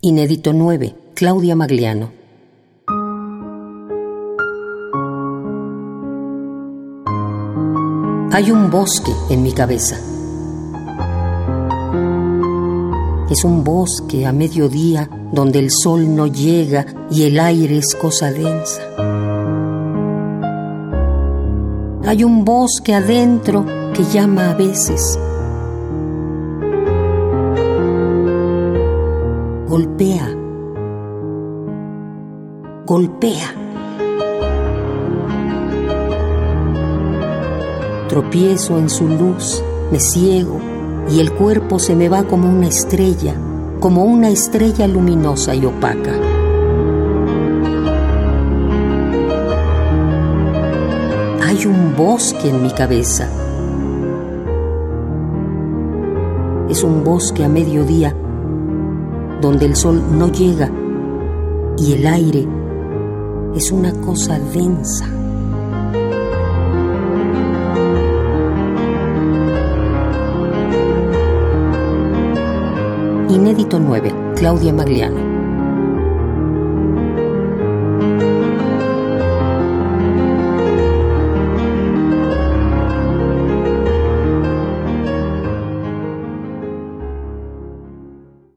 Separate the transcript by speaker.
Speaker 1: Inédito 9, Claudia Magliano. Hay un bosque en mi cabeza. Es un bosque a mediodía donde el sol no llega y el aire es cosa densa. Hay un bosque adentro que llama a veces. Golpea, golpea. Tropiezo en su luz, me ciego y el cuerpo se me va como una estrella luminosa y opaca. Hay un bosque en mi cabeza. Es un bosque a mediodía donde el sol no llega y el aire es una cosa densa. Inédito 9, Claudia Magliano.